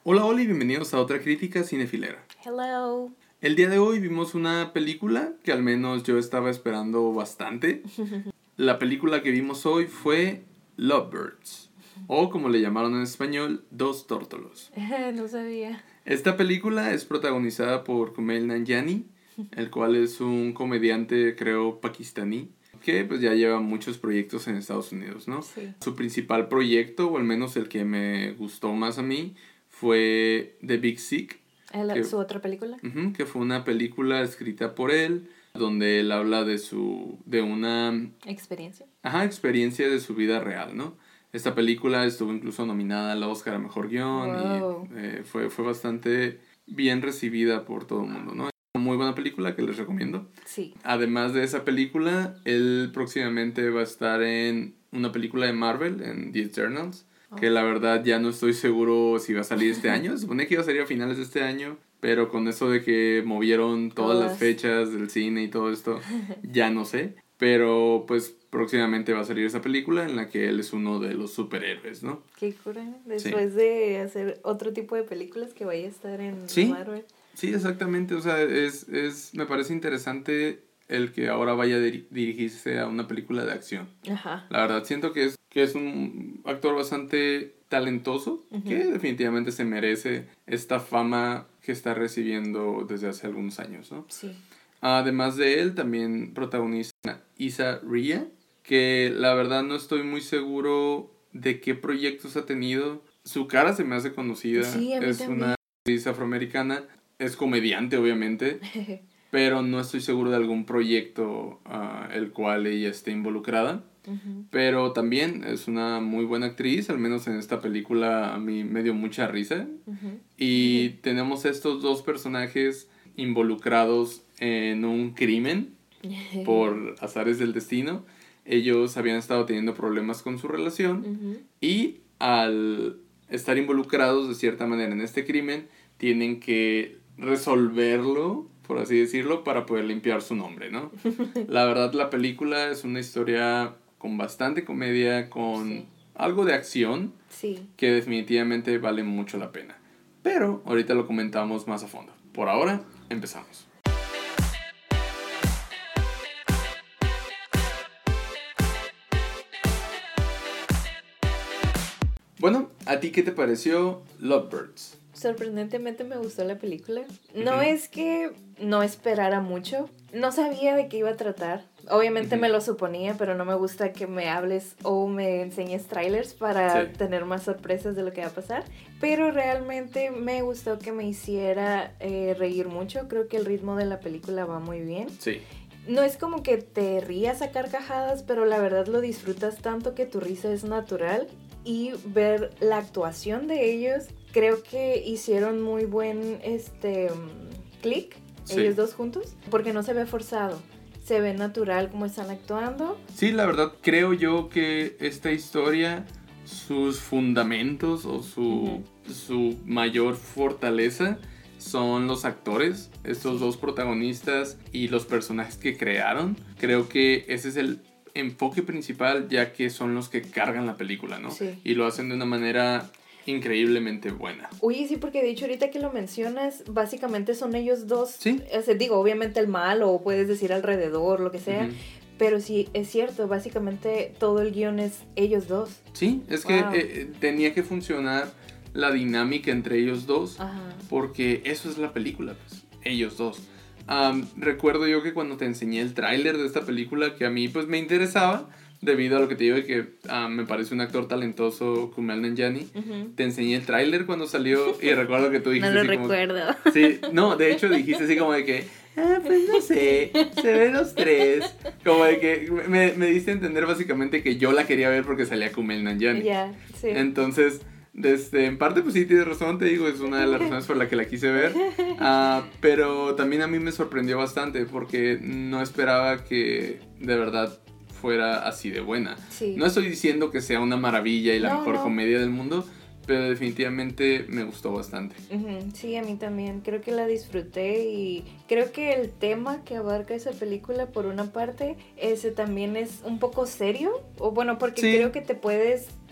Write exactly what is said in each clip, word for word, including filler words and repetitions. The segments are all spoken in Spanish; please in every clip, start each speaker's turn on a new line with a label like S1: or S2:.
S1: Hola, hola y bienvenidos a otra crítica cinefilera.
S2: Hello.
S1: El día de hoy vimos una película que al menos yo estaba esperando bastante. La película que vimos hoy fue Lovebirds, o como le llamaron en español, Dos Tórtolos.
S2: No sabía.
S1: Esta película es protagonizada por Kumail Nanjiani, el cual es un comediante, creo, pakistaní, que pues ya lleva muchos proyectos en Estados Unidos, ¿no?
S2: Sí.
S1: Su principal proyecto, o al menos el que me gustó más a mí, fue The Big Sick.
S2: ¿El,
S1: que,
S2: ¿Su otra película?
S1: Uh-huh, que fue una película escrita por él, donde él habla de su de una
S2: experiencia.
S1: Ajá, experiencia de su vida real, ¿no? Esta película estuvo incluso nominada al Oscar a Mejor Guión.
S2: Wow.
S1: Y eh, fue, fue bastante bien recibida por todo el mundo, ¿no? Una muy buena película que les recomiendo.
S2: Sí.
S1: Además de esa película, él próximamente va a estar en una película de Marvel, en The Eternals, oh. que la verdad ya no estoy seguro si va a salir este año. Se supone que iba a salir a finales de este año, pero con eso de que movieron todas, todas las fechas del cine y todo esto, ya no sé. Pero pues próximamente va a salir esa película en la que él es uno de los superhéroes, ¿no?
S2: Qué cura. Después sí. de hacer otro tipo de películas que vaya a estar en
S1: ¿Sí?
S2: Marvel.
S1: Sí, exactamente. O sea, es, es, me parece interesante el que ahora vaya a dir- dirigirse a una película de acción.
S2: Ajá.
S1: La verdad, siento que es, que es un actor bastante talentoso, uh-huh. que definitivamente se merece esta fama que está recibiendo desde hace algunos años, ¿no?
S2: Sí.
S1: Además de él, también protagoniza Issa Rae, que la verdad no estoy muy seguro de qué proyectos ha tenido. Su cara se me hace conocida.
S2: Sí, a mí
S1: es
S2: también.
S1: una actriz afroamericana. Es comediante, obviamente. Pero no estoy seguro de algún proyecto uh, el cual ella esté involucrada.
S2: Uh-huh.
S1: Pero también es una muy buena actriz. Al menos en esta película a mí me dio mucha risa.
S2: Uh-huh.
S1: Y
S2: Uh-huh.
S1: tenemos estos dos personajes involucrados en un crimen por azares del destino. Ellos habían estado teniendo problemas con su relación,
S2: uh-huh.
S1: y al estar involucrados de cierta manera en este crimen tienen que resolverlo, por así decirlo, para poder limpiar su nombre, ¿no? La verdad, la película es una historia con bastante comedia, con
S2: sí.
S1: algo de acción,
S2: sí.
S1: que definitivamente vale mucho la pena. Pero ahorita lo comentamos más a fondo. Por ahora, empezamos. Bueno, ¿a ti qué te pareció Lovebirds?
S2: Sorprendentemente me gustó la película. No
S1: Uh-huh.
S2: es que no esperara mucho. No sabía de qué iba a tratar. Obviamente uh-huh. me lo suponía, pero no me gusta que me hables o me enseñes trailers para sí. tener más sorpresas de lo que va a pasar. Pero realmente me gustó que me hiciera eh, reír mucho. Creo que el ritmo de la película va muy bien.
S1: Sí.
S2: No es como que te rías a carcajadas, pero la verdad lo disfrutas tanto que tu risa es natural. Y ver la actuación de ellos, creo que hicieron muy buen este click, sí. ellos dos juntos, porque no se ve forzado, se ve natural como están actuando.
S1: Sí, la verdad creo yo que esta historia, sus fundamentos o su, uh-huh. su mayor fortaleza son los actores, estos sí. dos protagonistas y los personajes que crearon. Creo que ese es el enfoque principal, ya que son los que cargan la película, ¿no?
S2: Sí.
S1: Y lo hacen de una manera increíblemente buena.
S2: Oye, sí, porque de hecho ahorita que lo mencionas, básicamente son ellos dos.
S1: Sí.
S2: O sea, digo, obviamente el mal, o puedes decir alrededor, lo que sea. Uh-huh. Pero sí, es cierto, básicamente todo el guión es ellos dos.
S1: Sí, es wow. que eh, tenía que funcionar la dinámica entre ellos dos.
S2: Ajá.
S1: Porque eso es la película, pues, ellos dos. Um, recuerdo yo que cuando te enseñé el tráiler de esta película, que a mí pues me interesaba, debido a lo que te digo de que uh, me parece un actor talentoso, Kumail Nanjiani. Uh-huh. Te enseñé el tráiler cuando salió y recuerdo que tú dijiste
S2: no lo
S1: así
S2: recuerdo.
S1: Como, sí, no, de hecho dijiste así como de que, ah, pues no sé, se ven los tres. Como de que me, me diste a entender básicamente que yo la quería ver porque salía Kumail Nanjiani.
S2: Ya, yeah, sí.
S1: Entonces, desde, en parte pues sí tienes razón, te digo, es una de las razones por la que la quise ver. Uh, pero también a mí me sorprendió bastante porque no esperaba que de verdad fuera así de buena.
S2: Sí.
S1: No estoy diciendo que sea una maravilla y la
S2: no,
S1: mejor
S2: no.
S1: comedia del mundo, pero definitivamente me gustó bastante.
S2: Uh-huh. Sí, a mí también. Creo que la disfruté y creo que el tema que abarca esa película, por una parte, ese también es un poco serio. O bueno, porque
S1: sí.
S2: creo que te puedes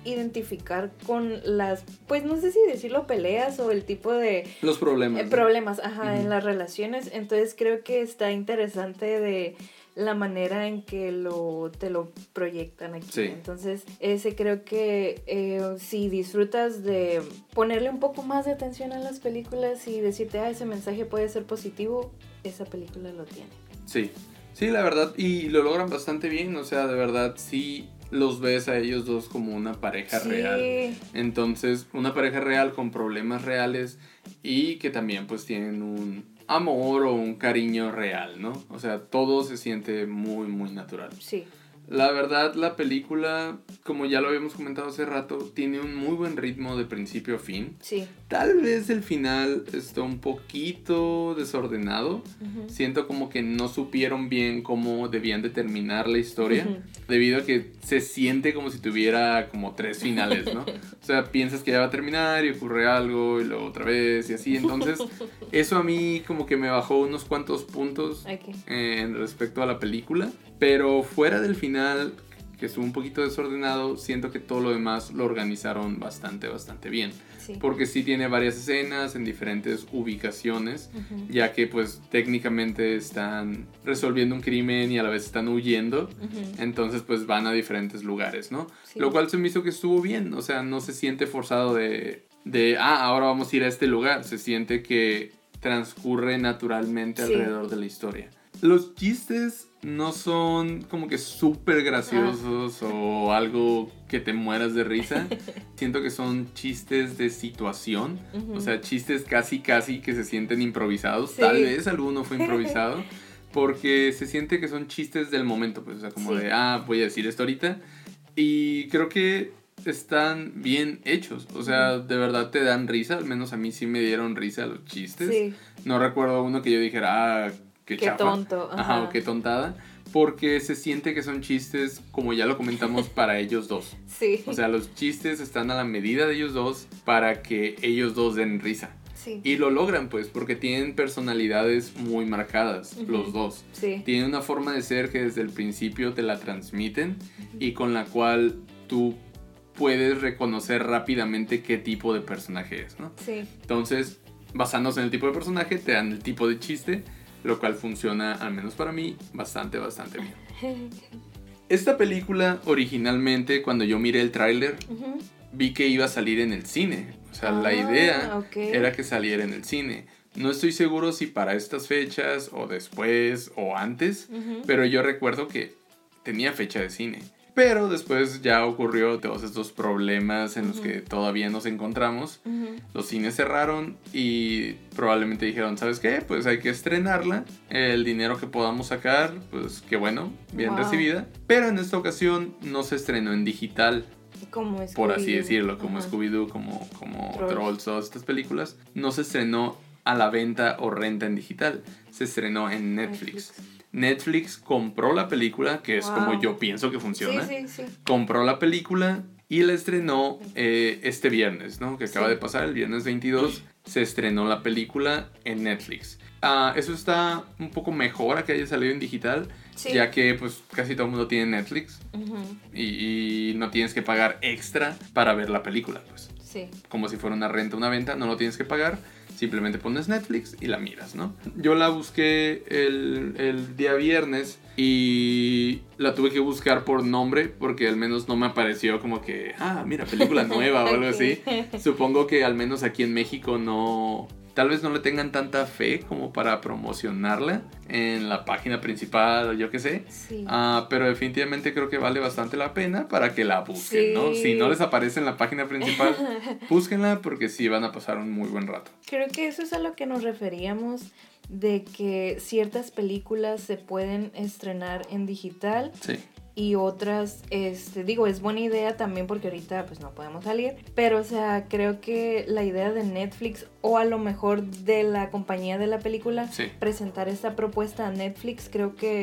S2: identificar con las, pues no sé si decirlo peleas o el tipo de...
S1: Los problemas.
S2: Eh, problemas, ajá,
S1: uh-huh.
S2: en las relaciones. Entonces creo que está interesante de la manera en que lo te lo proyectan aquí.
S1: Sí.
S2: Entonces, ese creo que eh, si disfrutas de ponerle un poco más de atención a las películas y decirte, ah, ese mensaje puede ser positivo, esa película lo tiene.
S1: Sí, sí, la verdad, y lo logran bastante bien, o sea, de verdad, sí los ves a ellos dos como una pareja
S2: sí.
S1: real. Entonces, una pareja real con problemas reales y que también pues tienen un amor o un cariño real, ¿no? O sea, todo se siente muy, muy natural.
S2: Sí.
S1: La verdad, la película, como ya lo habíamos comentado hace rato, tiene un muy buen ritmo de principio a fin.
S2: Sí.
S1: Tal vez el final está un poquito desordenado.
S2: Uh-huh.
S1: Siento como que no supieron bien cómo debían de terminar la historia. Uh-huh. Debido a que se siente como si tuviera como tres finales, ¿no? O sea, piensas que ya va a terminar y ocurre algo y luego otra vez y así. Entonces, eso a mí como que me bajó unos cuantos puntos
S2: okay.
S1: eh, en respecto a la película. Pero fuera del final, que estuvo un poquito desordenado, siento que todo lo demás lo organizaron bastante, bastante bien.
S2: Sí.
S1: Porque sí tiene varias escenas en diferentes ubicaciones, uh-huh. ya que pues técnicamente están resolviendo un crimen y a la vez están huyendo. Uh-huh. Entonces pues van a diferentes lugares, ¿no? Sí. Lo cual se me hizo que estuvo bien, o sea, no se siente forzado de, de, ah, ahora vamos a ir a este lugar. Se siente que transcurre naturalmente sí. alrededor de la historia. Los chistes no son como que súper graciosos ah. o algo que te mueras de risa. Siento que son chistes de situación. Uh-huh. O sea, chistes casi casi que se sienten improvisados. Sí. Tal vez alguno fue improvisado. Porque se siente que son chistes del momento. Pues, o sea, como sí. de, ah, voy a decir esto ahorita. Y creo que están bien hechos. O sea, de verdad te dan risa. Al menos a mí sí me dieron risa los chistes.
S2: Sí.
S1: No recuerdo uno que yo dijera, ah, qué,
S2: qué
S1: chafa.
S2: tonto. Ajá.
S1: Ajá, o qué tontada. Porque se siente que son chistes, como ya lo comentamos, para ellos dos.
S2: Sí.
S1: O sea, los chistes están a la medida de ellos dos para que ellos dos den risa.
S2: Sí.
S1: Y lo logran, pues, porque tienen personalidades muy marcadas, uh-huh. los dos.
S2: Sí.
S1: Tienen una forma de ser que desde el principio te la transmiten uh-huh. y con la cual tú puedes reconocer rápidamente qué tipo de personaje es, ¿no?
S2: Sí.
S1: Entonces, basándose en el tipo de personaje, te dan el tipo de chiste, lo cual funciona, al menos para mí, bastante, bastante bien. Esta película, originalmente, cuando yo miré el tráiler, uh-huh. vi que iba a salir en el cine. O sea, ah, la idea
S2: okay.
S1: era que saliera en el cine. No estoy seguro si para estas fechas, o después, o antes, uh-huh. pero yo recuerdo que tenía fecha de cine. Pero después ya ocurrió todos estos problemas en los uh-huh. que todavía nos encontramos. Uh-huh. Los cines cerraron y probablemente dijeron, ¿sabes qué? Pues hay que estrenarla. El dinero que podamos sacar, pues qué bueno, bien wow. recibida. Pero en esta ocasión no se estrenó en digital.
S2: Como Scooby-Doo.
S1: Por así decirlo, como uh-huh. Scooby-Doo, como, como Trolls. Trolls, todas estas películas. No se estrenó a la venta o renta en digital. Se estrenó en Netflix. Netflix. Netflix compró la película, que es wow. como yo pienso que funciona.
S2: Sí, sí, sí.
S1: Compró la película y la estrenó eh, este viernes, ¿no? Que acaba sí. de pasar, el viernes veintidós, se estrenó la película en Netflix. Uh, eso está un poco mejor a que haya salido en digital, sí. ya que pues casi todo el mundo tiene Netflix uh-huh. y, y no tienes que pagar extra para ver la película, pues.
S2: Sí.
S1: Como si fuera una renta, una venta, no lo tienes que pagar. Simplemente pones Netflix y la miras, ¿no? Yo la busqué el, el día viernes y la tuve que buscar por nombre porque al menos no me apareció como que, ah, mira, película nueva o algo así. Supongo que al menos aquí en México no... Tal vez no le tengan tanta fe como para promocionarla en la página principal o yo qué sé.
S2: Sí.
S1: Uh, pero definitivamente creo que vale bastante la pena para que la busquen,
S2: sí.
S1: ¿no? Si no les aparece en la página principal, búsquenla porque sí van a pasar un muy buen rato.
S2: Creo que eso es a lo que nos referíamos, de que ciertas películas se pueden estrenar en digital.
S1: Sí.
S2: Y otras, este, digo, es buena idea también porque ahorita pues no podemos salir, pero o sea, creo que la idea de Netflix o a lo mejor de la compañía de la película,
S1: sí.
S2: presentar esta propuesta a Netflix, creo que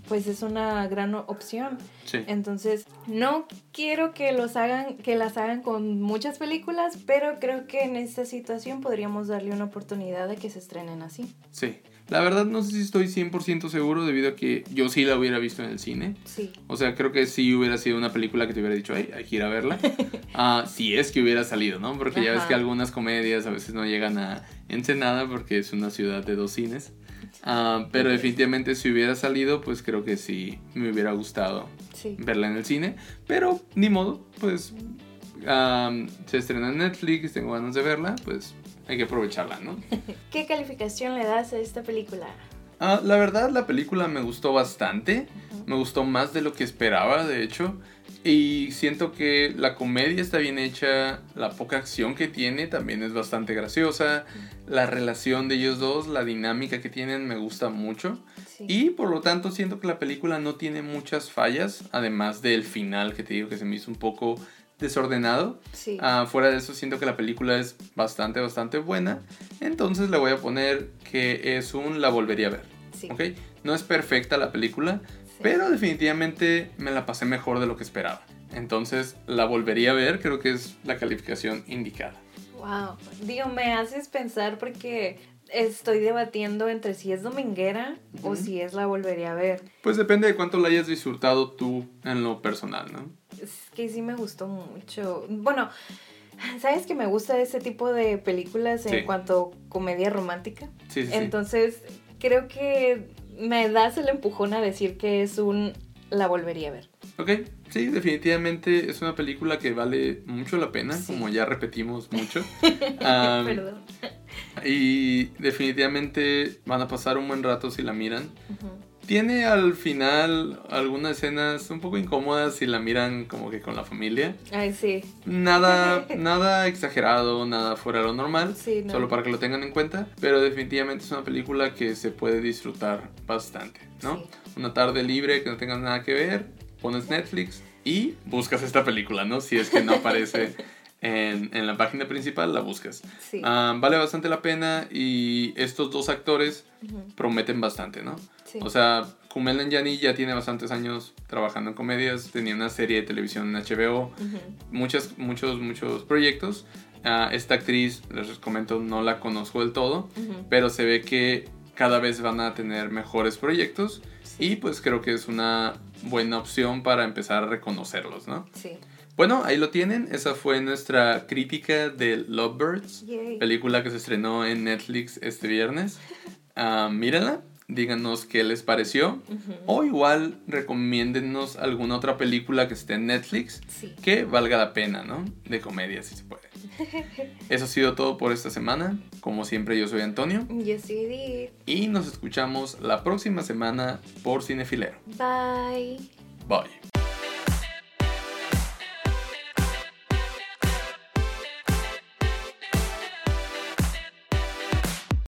S2: pues es una gran opción.
S1: Sí.
S2: Entonces, no quiero que los hagan, que las hagan con muchas películas, pero creo que en esta situación podríamos darle una oportunidad de que se estrenen así.
S1: Sí. La verdad no sé si estoy cien por ciento seguro debido a que yo sí la hubiera visto en el cine.
S2: Sí.
S1: O sea, creo que sí hubiera sido una película que te hubiera dicho, hey, hay que ir a verla. uh, si es que hubiera salido, ¿no? Porque ya
S2: Ajá.
S1: ves que algunas comedias a veces no llegan a Ensenada porque es una ciudad de dos cines. Uh, pero definitivamente si hubiera salido, pues creo que sí me hubiera gustado
S2: Sí.
S1: verla en el cine. Pero ni modo, pues um, se estrena en Netflix, tengo ganas de verla, pues hay que aprovecharla, ¿no?
S2: ¿Qué calificación le das a esta película?
S1: Uh, la verdad, la película me gustó bastante.
S2: Uh-huh.
S1: Me gustó más de lo que esperaba, de hecho. Y siento que la comedia está bien hecha. La poca acción que tiene también es bastante graciosa. Uh-huh. La relación de ellos dos, la dinámica que tienen, me gusta mucho.
S2: Sí.
S1: Y por lo tanto, siento que la película no tiene muchas fallas. Además del final, que te digo que se me hizo un poco desordenado.
S2: Sí.
S1: Uh, fuera de eso, siento que la película es bastante, bastante buena. Entonces le voy a poner que es un la volvería a ver.
S2: Sí.
S1: ¿Okay? No es perfecta la película, sí, pero definitivamente me la pasé mejor de lo que esperaba. Entonces la volvería a ver, creo que es la calificación indicada.
S2: Wow. Digo, me haces pensar porque estoy debatiendo entre si es dominguera uh-huh. o si es la volvería a ver.
S1: Pues depende de cuánto la hayas disfrutado tú en lo personal, ¿no?
S2: Es que sí me gustó mucho. Bueno, ¿sabes que me gusta ese tipo de películas en sí. cuanto a comedia romántica?
S1: Sí, sí,
S2: Entonces, sí. creo que me das el empujón a decir que es un la volvería a ver.
S1: Ok, sí, definitivamente es una película que vale mucho la pena, sí. como ya repetimos mucho. um,
S2: Perdón.
S1: Y definitivamente van a pasar un buen rato si la miran.
S2: Uh-huh.
S1: Tiene al final algunas escenas un poco incómodas si la miran como que con la familia.
S2: Ay, sí.
S1: Nada, nada exagerado, nada fuera de lo normal.
S2: Sí, no.
S1: Solo para que lo tengan en cuenta. Pero definitivamente es una película que se puede disfrutar bastante, ¿no?
S2: Sí.
S1: Una tarde libre que no tengas nada que ver, pones Netflix y buscas esta película, ¿no? Si es que no aparece en, en la página principal, la buscas.
S2: Sí.
S1: Uh, vale bastante la pena y estos dos actores uh-huh. prometen bastante, ¿no?
S2: Sí.
S1: O sea, Kumail Nanjiani ya tiene bastantes años trabajando en comedias, tenía una serie de televisión en H B O, uh-huh. muchas, muchos, muchos proyectos. Uh, esta actriz, les comento, no la conozco del todo, uh-huh. pero se ve que cada vez van a tener mejores proyectos sí. y pues creo que es una buena opción para empezar a reconocerlos, ¿no?
S2: Sí.
S1: Bueno, ahí lo tienen. Esa fue nuestra crítica de Lovebirds,
S2: Yay.
S1: Película que se estrenó en Netflix este viernes. Uh, mírenla, díganos qué les pareció. Uh-huh. O igual recomiéndennos alguna otra película que esté en Netflix
S2: sí.
S1: que valga la pena, ¿no? De comedia, si se puede. Eso ha sido todo por esta semana. Como siempre, yo soy Antonio.
S2: Yo soy Edith.
S1: Y nos escuchamos la próxima semana por Cinefilero.
S2: Bye.
S1: Bye.